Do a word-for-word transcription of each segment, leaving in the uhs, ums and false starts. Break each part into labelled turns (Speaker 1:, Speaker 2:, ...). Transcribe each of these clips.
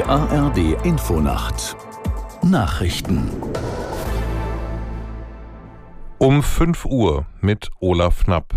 Speaker 1: Die A R D Infonacht Nachrichten
Speaker 2: um fünf Uhr mit Olaf Knapp.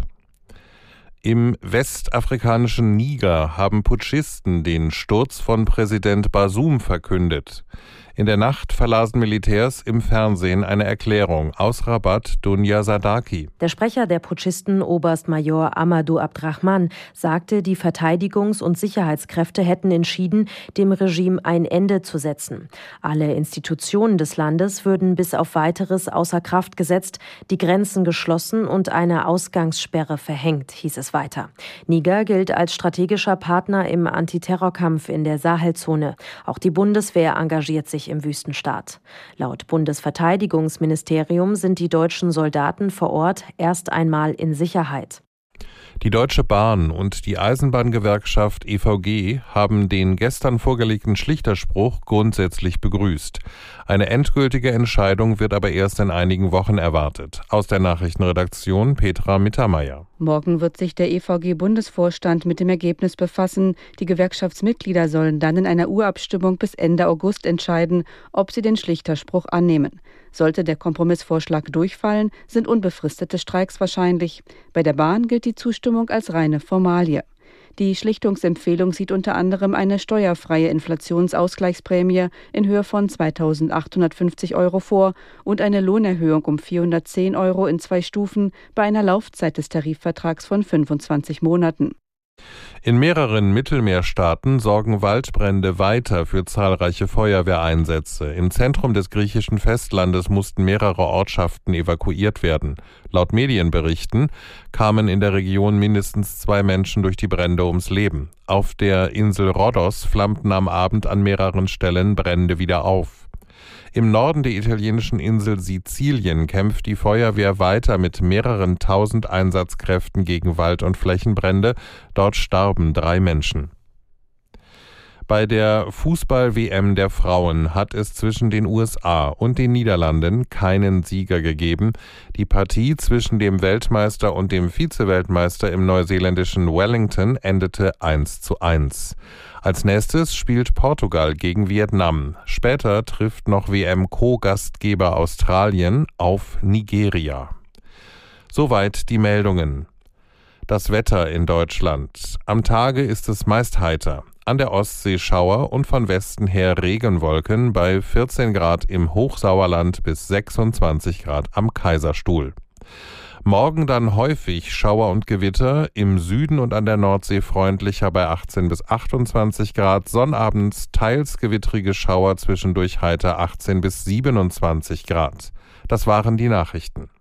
Speaker 2: Im westafrikanischen Niger haben Putschisten den Sturz von Präsident Bazoum verkündet. In der Nacht verlasen Militärs im Fernsehen eine Erklärung. Aus Rabat, Dunja Sadaki.
Speaker 3: Der Sprecher der Putschisten, Oberst Major Amadou Abdrahman, sagte, die Verteidigungs- und Sicherheitskräfte hätten entschieden, dem Regime ein Ende zu setzen. Alle Institutionen des Landes würden bis auf Weiteres außer Kraft gesetzt, die Grenzen geschlossen und eine Ausgangssperre verhängt, hieß es weiter. Niger gilt als strategischer Partner im Antiterrorkampf in der Sahelzone. Auch die Bundeswehr engagiert sich im Wüstenstaat. Laut Bundesverteidigungsministerium sind die deutschen Soldaten vor Ort erst einmal in Sicherheit.
Speaker 2: Die Deutsche Bahn und die Eisenbahngewerkschaft E V G haben den gestern vorgelegten Schlichterspruch grundsätzlich begrüßt. Eine endgültige Entscheidung wird aber erst in einigen Wochen erwartet. Aus der Nachrichtenredaktion Petra Mittermeier.
Speaker 4: Morgen wird sich der E V G-Bundesvorstand mit dem Ergebnis befassen. Die Gewerkschaftsmitglieder sollen dann in einer Urabstimmung bis Ende August entscheiden, ob sie den Schlichterspruch annehmen. Sollte der Kompromissvorschlag durchfallen, sind unbefristete Streiks wahrscheinlich. Bei der Bahn gilt die Zustimmung als reine Formalie. Die Schlichtungsempfehlung sieht unter anderem eine steuerfreie Inflationsausgleichsprämie in Höhe von zweitausendachthundertfünfzig Euro vor und eine Lohnerhöhung um vierhundertzehn Euro in zwei Stufen bei einer Laufzeit des Tarifvertrags von fünfundzwanzig Monaten.
Speaker 2: In mehreren Mittelmeerstaaten sorgen Waldbrände weiter für zahlreiche Feuerwehreinsätze. Im Zentrum des griechischen Festlandes mussten mehrere Ortschaften evakuiert werden. Laut Medienberichten kamen in der Region mindestens zwei Menschen durch die Brände ums Leben. Auf der Insel Rhodos flammten am Abend an mehreren Stellen Brände wieder auf. Im Norden der italienischen Insel Sizilien kämpft die Feuerwehr weiter mit mehreren tausend Einsatzkräften gegen Wald- und Flächenbrände. Dort starben drei Menschen. Bei der Fußball-W M der Frauen hat es zwischen den U S A und den Niederlanden keinen Sieger gegeben. Die Partie zwischen dem Weltmeister und dem Vize-Weltmeister im neuseeländischen Wellington endete eins zu eins. Als nächstes spielt Portugal gegen Vietnam. Später trifft noch W M-Co-Gastgeber Australien auf Nigeria. Soweit die Meldungen. Das Wetter in Deutschland. Am Tage ist es meist heiter. An der Ostsee Schauer und von Westen her Regenwolken bei vierzehn Grad im Hochsauerland bis sechsundzwanzig Grad am Kaiserstuhl. Morgen dann häufig Schauer und Gewitter, im Süden und an der Nordsee freundlicher bei achtzehn bis achtundzwanzig Grad, sonnabends teils gewittrige Schauer, zwischendurch heiter achtzehn bis siebenundzwanzig Grad. Das waren die Nachrichten.